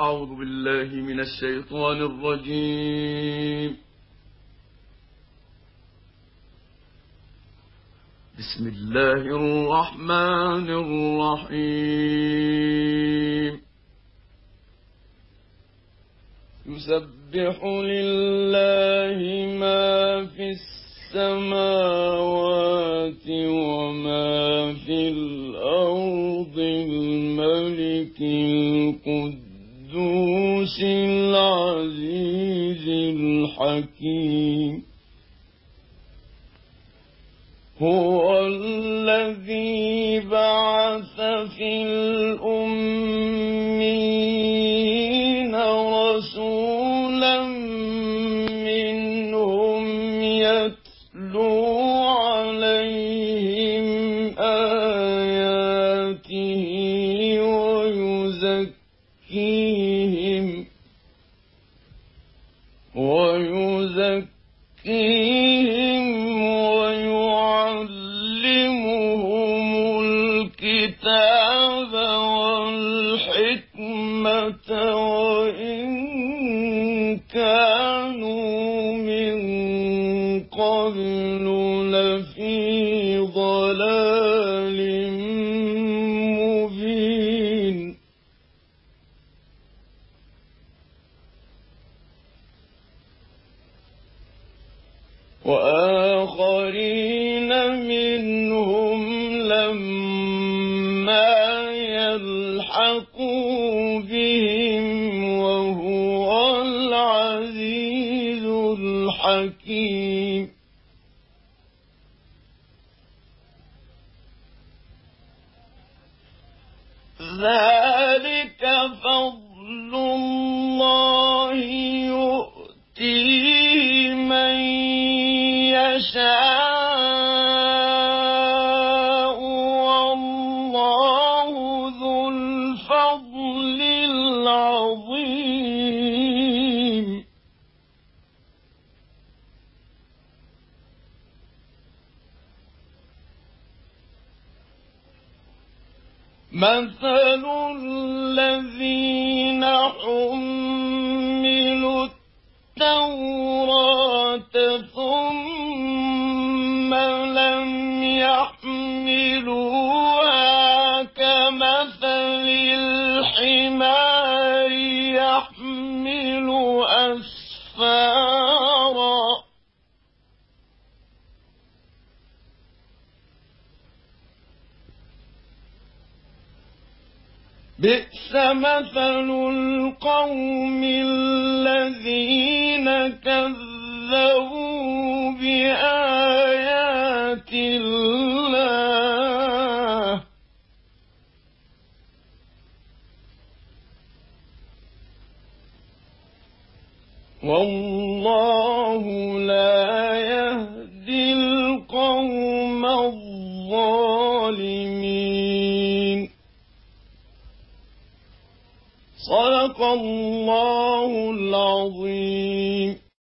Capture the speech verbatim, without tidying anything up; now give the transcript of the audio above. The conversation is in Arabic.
أعوذ بالله من الشيطان الرجيم. بسم الله الرحمن الرحيم. يسبح لله ما في السماوات وما في الأرض الملك القدوس العزيز الحكيم. هو الذي بعث في الأميين رسولا منهم يتلو عليهم آياته ويزكيهم ويزكيهم ويعلمهم الكتاب والحكمة وإن كانوا من قبل لفي ضلال مبين. وآخرين منهم لما يلحقوا بهم وهو العزيز الحكيم. ذلك فضل الله يؤتيه من يشاء والله ذو الفضل العظيم. مثل الذين حملوا التوراة ثم لم يحملوها كمثل الحمار يحمل أسفارا بئس مثل القوم الذين كذبوا بآيات الله والله لا يهدي القوم الظالمين. صدق الله العظيم.